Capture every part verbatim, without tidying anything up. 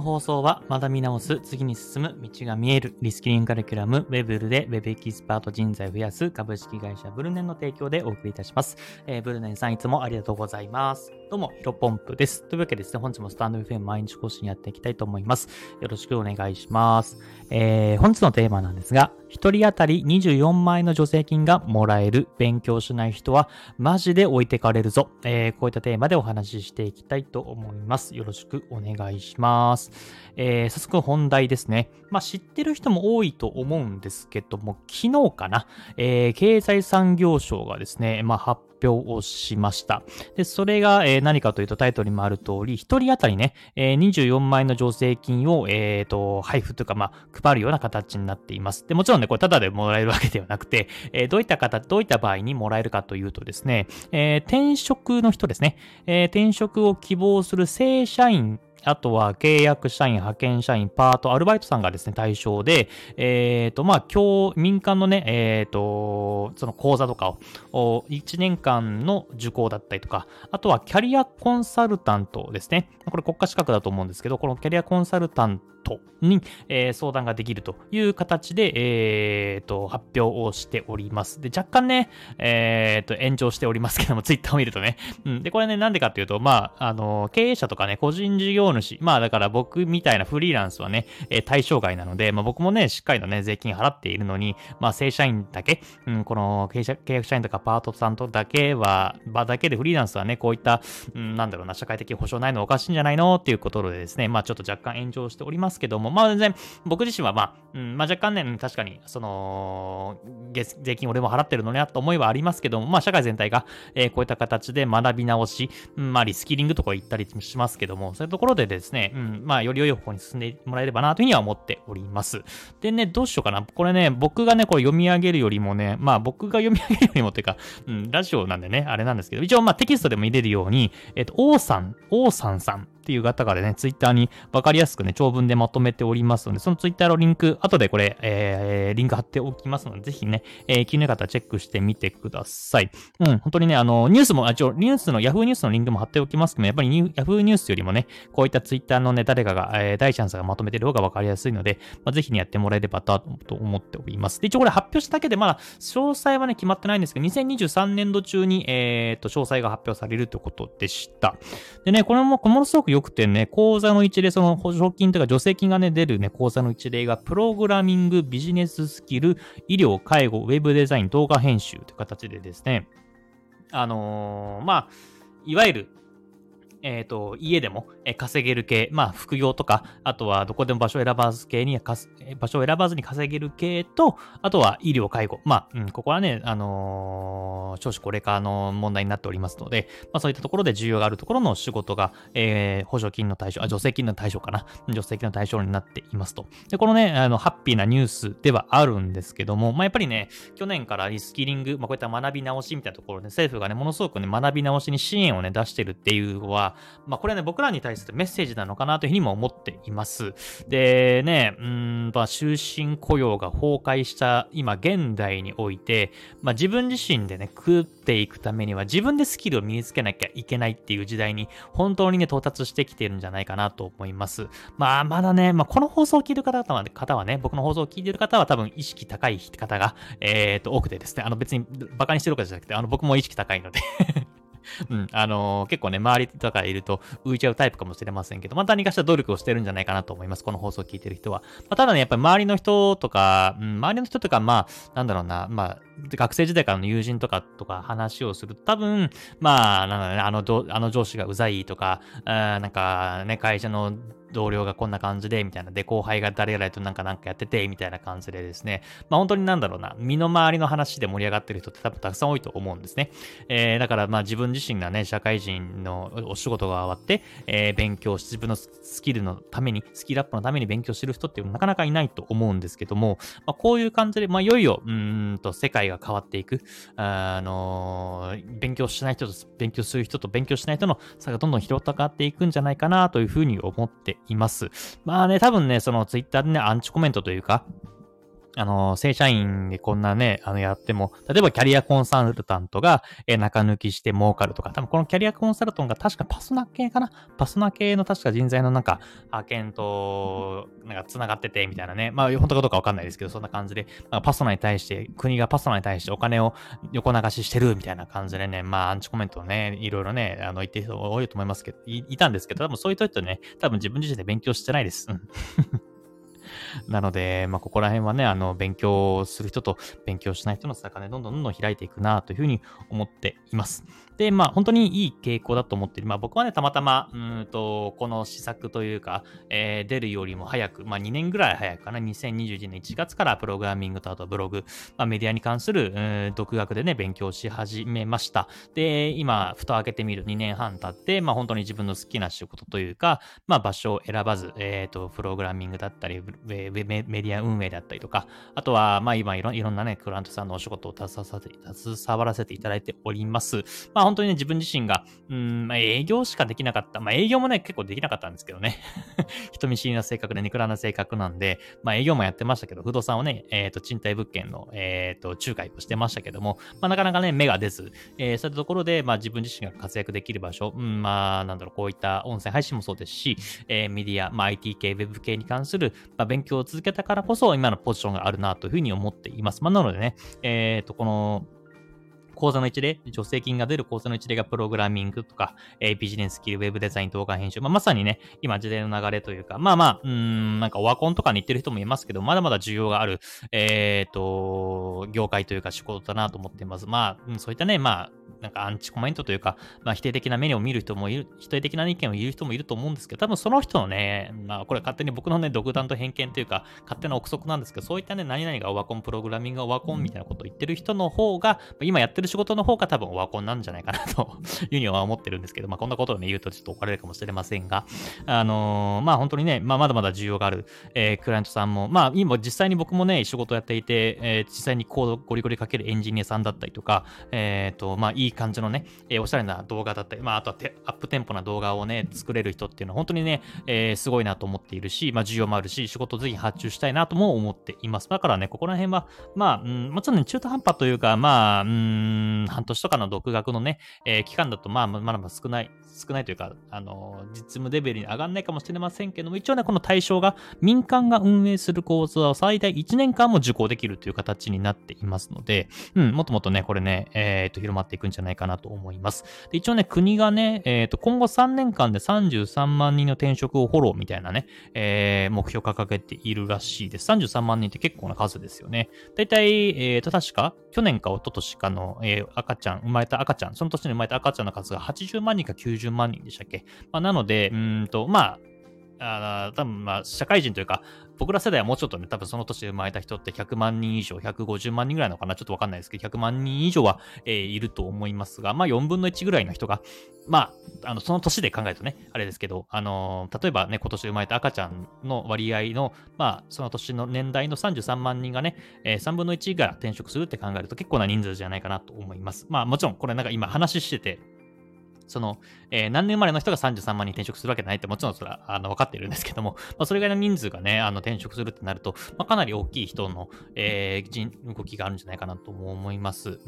放送は学び直す、次に進む、道が見える、リスキリングカリキュラム、ウェブルで Web エキスパート人材を増やす株式会社ブルネンの提供でお送りいたします。えー、ブルネンさんいつもありがとうございます。どうも、ヒロポンプです。というわけでですね、本日もスタンド エフエム 毎日更新やっていきたいと思います。よろしくお願いします。えー、本日のテーマなんですが、一人当たりにじゅうよんまん円の助成金がもらえる、勉強しない人はマジで置いてかれるぞ。えー、こういったテーマでお話ししていきたいと思います。よろしくお願いします。えー、早速本題ですね。まあ知ってる人も多いと思うんですけども、昨日かな、えー、経済産業省がですね、まあ発表をしました。で、それが、えー、何かというとタイトルにもある通り、一人当たりね、えー、にじゅうよんまん円の助成金を、えーと、配布というか、まあ、配るような形になっています。で、もちろんね、これタダでもらえるわけではなくて、えー、どういった方、どういった場合にもらえるかというとですね、えー、転職の人ですね、えー、転職を希望する正社員、あとは契約社員、派遣社員、パート、アルバイトさんがですね、対象で、えっと、まあ、今日、民間のね、えっと、その講座とかを、いちねんかんの受講だったりとか、あとはキャリアコンサルタントですね。これ国家資格だと思うんですけど、このキャリアコンサルタントに、えー、相談ができるという形で、えー、と発表をしております。で、若干ね、えー、と炎上しておりますけども、ツイッターを見るとね。うん、で、これね、なんでかっていうと、まあ、あの、経営者とかね、個人事業主、まあ、だから僕みたいなフリーランスはね、えー、対象外なので、まあ、僕もね、しっかりとね、税金払っているのに、まあ、正社員だけ、うん、この経営者、契約社員とかパートさんとだけは、場だけでフリーランスはね、こういった、うん、なんだろうな、社会的保障ないのおかしいんじゃないのっていうことでですね、まあ、ちょっと若干炎上しておりますけども、まあ全然僕自身はまあ、うんまあ、若干ね、確かにその税金俺も払ってるのになと思いはありますけども、まあ社会全体が、えー、こういった形で学び直し、うん、まあリスキリングとか言ったりしますけども、そういうところでですね、うん、まあより良い方向に進んでもらえればなというふうには思っております。でね、どうしようかな。これね、僕がね、これ読み上げるよりもね、まあ僕が読み上げるよりもというか、うん、ラジオなんでね、あれなんですけど、一応まあテキストでも入れるように、えっと、王さん、王さんさん、っていう方がね、ツイッターに分かりやすくね、長文でまとめておりますので、そのツイッターのリンク、後でこれ、えー、リンク貼っておきますので、ぜひね、えー、気になる方はチェックしてみてください。うん、本当にね、あの、ニュースも、あ、一応、ニュースの、ヤフーニュースのリンクも貼っておきますけど、やっぱりヤフーニュースよりもね、こういったツイッターのね、誰かが、えー、大チャンスがまとめてる方が分かりやすいので、まあ、ぜひね、やってもらえればと思っております。で、一応これ発表しただけで、まだ、詳細はね、決まってないんですけど、にせんにじゅうさんねんど中に、えーと、詳細が発表されるということでした。でね、これも、ものすごく良くてね、講座の一例、その補助金とか助成金がね、出るね、講座の一例が、プログラミング、ビジネススキル、医療、介護、ウェブデザイン、動画編集という形でですね、あのー、まあ、いわゆる、えっと、家でも稼げる系、まあ、副業とか、あとはどこでも場所を選ばず系に、場所を選ばずに稼げる系と、あとは医療、介護。まあ、うん、ここはね、あのー、少子高齢化の問題になっておりますので、まあ、そういったところで需要があるところの仕事が、えー、補助金の対象、あ、助成金の対象かな。助成金の対象になっていますと。で、このね、あの、ハッピーなニュースではあるんですけども、まあ、やっぱりね、去年からリスキリング、まあ、こういった学び直しみたいなところで、政府がね、ものすごくね、学び直しに支援をね、出してるっていうのは、まあこれはね、僕らに対するメッセージなのかなというふうにも思っています。でね、うーん、まあ終身雇用が崩壊した今現代において、まあ自分自身でね、食っていくためには自分でスキルを身につけなきゃいけないっていう時代に本当にね、到達してきているんじゃないかなと思います。まあまだね、まあこの放送を聞いてる方は、方はね、僕の放送を聞いてる方は多分意識高い方が、えーと、多くてですね、あの別にバカにしてるわけじゃなくて、あの僕も意識高いのでうん、あのー、結構ね、周りとかいると浮いちゃうタイプかもしれませんけど、まあ、何かしら努力をしてるんじゃないかなと思います。この放送を聞いてる人は。まあ、ただね、やっぱり周りの人とか、うん、周りの人とか、まあ、なんだろうな、まあ、学生時代からの友人とかとか話をすると、多分、まあ、なんだろうね、あのど、あの上司がうざいとか、あなんかね、会社の同僚がこんな感じで、みたいな。で、後輩が誰々となんかなんかやってて、みたいな感じでですね。まあ本当になんだろうな、身の回りの話で盛り上がってる人って多分たくさん多いと思うんですね。えー、だからまあ自分自身がね、社会人のお仕事が終わって、えー、勉強し、自分のスキルのために、スキルアップのために勉強してる人っていうのはなかなかいないと思うんですけども、まあこういう感じで、まあいよいよ、うーんと世界が変わっていく、あのー、勉強しない人と勉強する人と勉強しない人の差がどんどん広がっていくんじゃないかなというふうに思っています。まあね、多分ね、そのツイッターでね、アンチコメントというか、 あの、正社員でこんなね、あの、やっても、例えばキャリアコンサルタントが、えー中抜きして儲かるとか、多分このキャリアコンサルタントが確かパソナ系かなパソナ系の確か人材のなんか、派遣と、なんか繋がってて、みたいなね。まあ、本当かどうかわかんないですけど、そんな感じで、まあ、パソナに対して、国がパソナに対してお金を横流ししてる、みたいな感じでね、まあ、アンチコメントをね、いろいろね、あの、言ってる人多いと思いますけど、いいたんですけど、多分そういう人ってね、多分自分自身で勉強してないです。うん。なので、まあ、ここら辺はね、あの、勉強する人と勉強しない人の差がね、どんどんどんどん開いていくなというふうに思っています。で、まあ、本当にいい傾向だと思っている。まあ、僕はね、たまたま、うーんと、この施策というか、えー出るよりも早く、まあ、にねんぐらい早くかな、にせんにじゅういちねんいちがつからプログラミングとあとブログ、まあ、メディアに関する、うーん独学でね、勉強し始めました。で、今、蓋を開けてみるにねんはん経って、まあ、本当に自分の好きな仕事というか、まあ、場所を選ばず、えっと、プログラミングだったり、ウェウェメメディア運営だったりとか、あとは、まあ、今いろ、いろんなね、クライアントさんのお仕事を携わらせて、携わらせていただいております。まあ、本当にね、自分自身が、うん、まあ、営業しかできなかった。まあ、営業もね、結構できなかったんですけどね。人見知りな性格で、ネクラな性格なんで、まあ、営業もやってましたけど、不動産をね、えっと、賃貸物件の、えっと、仲介をしてましたけども、まあ、なかなかね、目が出ず、えーそういったところで、まあ、自分自身が活躍できる場所、うん、まあ、なんだろう、こういった音声配信もそうですし、えーメディア、まあ、アイティー 系、ウェブ系に関する、まあ、勉強を続けたからこそ、今のポジションがあるなというふうに思っています。まあ、なのでね、えっと、この、講座の一例、助成金が出る講座の一例がプログラミングとか、えービジネススキル、ウェブデザイン、動画編集。まあ、まさにね、今時代の流れというか、まあまあ、うーん、なんかオワコンとかに行ってる人もいますけど、まだまだ需要がある、えっと、業界というか仕事だなと思っています。まあ、うんそういったね、まあ、なんかアンチコメントというか、まあ否定的な目を見る人もいる、否定的な意見を言う人もいると思うんですけど、多分その人のね、まあこれ勝手に僕のね、独断と偏見というか、勝手な憶測なんですけど、そういったね、何々がオワコン、プログラミングがオワコンみたいなことを言ってる人の方が、今やってる仕事の方が多分オワコンなんじゃないかなというふうには思ってるんですけど、まあこんなことをね、言うとちょっと怒られるかもしれませんが、あのーまあ本当にね、まあまだまだ需要がある、えークライアントさんも、まあ今実際に僕もね、仕事をやっていて、えー実際にコードゴリゴリかけるエンジニアさんだったりとか、えっ、と、まあいい感じのね、えーおしゃれな動画だったり、まああとはテアップテンポな動画をね、作れる人っていうのは本当にね、えーすごいなと思っているし、まあ需要もあるし、仕事をぜひ発注したいなとも思っています。だからね、ここら辺は、まあ、うん、もちろんね、中途半端というか、まあ、うん、半年とかの独学のね、えー期間だと、まあ、まだまだ少ない、少ないというか、あの、実務レベルに上がらないかもしれませんけども、一応ね、この対象が民間が運営する講座を最大いちねんかんも受講できるという形になっていますので、うん、もっともっとね、これね、えっと、広まっていくんじゃないかなと思います。で一応ね、国がね、えっと、今後さんねんかんでさんじゅうさんまん人の転職をフォローみたいなね、えー目標を掲げているらしいです。さんじゅうさんまん人って結構な数ですよね。だいたい、えっと、確か、去年か一昨年かの、えー赤ちゃん、生まれた赤ちゃん、その年に生まれた赤ちゃんの数がはちじゅうまん人かきゅうじゅうまん人でしたっけ。まあ、なので、うーんと、まあ、あー多分まあ、社会人というか、僕ら世代はもうちょっとね、多分その年生まれた人ってひゃくまん人以上、ひゃくごじゅうまん人ぐらいなのかな、ちょっとわかんないですけど、ひゃくまん人以上は、えーいると思いますが、まあよんぶんのいちぐらいの人が、まあ、あの、その年で考えるとね、あれですけど、あのー例えばね、今年生まれた赤ちゃんの割合の、まあ、その年の年代のさんじゅうさんまん人がね、えーさんぶんのいちが転職するって考えると結構な人数じゃないかなと思います。まあもちろん、これなんか今話してて、その、えー何年生まれの人がさんじゅうさんまん人転職するわけないってもちろんそれはあの分かってるんですけども、まあ、それぐらいの人数がね、あの転職するってなると、まあ、かなり大きい人の、えー人動きがあるんじゃないかなとも思います。うん、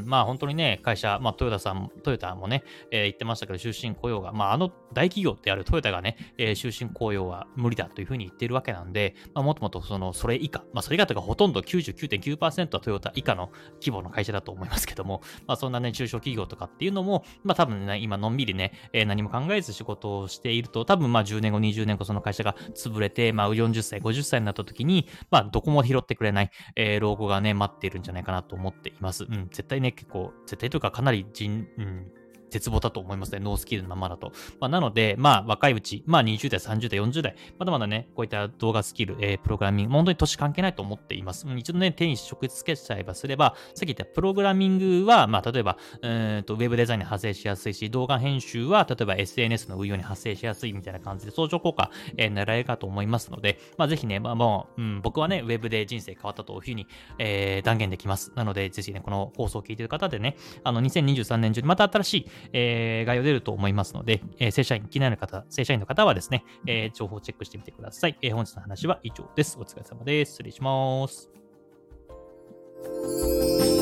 まあ本当にね、会社、まあトヨタさん、トヨタもね、えー言ってましたけど、終身雇用が、まああの大企業ってあるトヨタがね、えー終身雇用は無理だというふうに言ってるわけなんで、まあもっともっとその、それ以下、まあそれ以下というかほとんどきゅうじゅうきゅうてんきゅうパーセントはトヨタ以下の規模の会社だと思いますけども、まあそんなね、中小企業とかっていうのも、まあ多分ね、今のんびりね、えー何も考えず仕事をしていると、多分まあじゅうねんご、にじゅうねんごその会社が潰れて、まあよんじゅっさい、ごじゅっさいになった時に、まあどこも拾ってくれない、えー老後がね、待っているんじゃないかなと思っています。うん、絶対ね、結構、絶対というかかなり人、うん、絶望だと思いますね。ノースキルのままだと。まあ、なので、まあ、若いうち、まあ、にじゅう代、さんじゅう代、よんじゅう代、まだまだね、こういった動画スキル、えープログラミング、本当に年関係ないと思っています。うん一度ね、手に職つけちゃえばすれば、さっき言ったプログラミングは、まあ、例えば、うーんと、ウェブデザインに派生しやすいし、動画編集は、例えば エスエヌエス の運用に派生しやすいみたいな感じで、相乗効果、えー狙えるかと思いますので、まあ、ぜひね、まあ、もう、うん、僕はね、ウェブで人生変わったというふうに、えー断言できます。なので、ぜひね、この放送を聞いている方でね、あの、にせんにじゅうさんねん中にまた新しい、えー概要出ると思いますので、えー正社員、気になる方、正社員の方はですね、えー情報をチェックしてみてください。えー本日の話は以上です。お疲れ様です。失礼します。 す。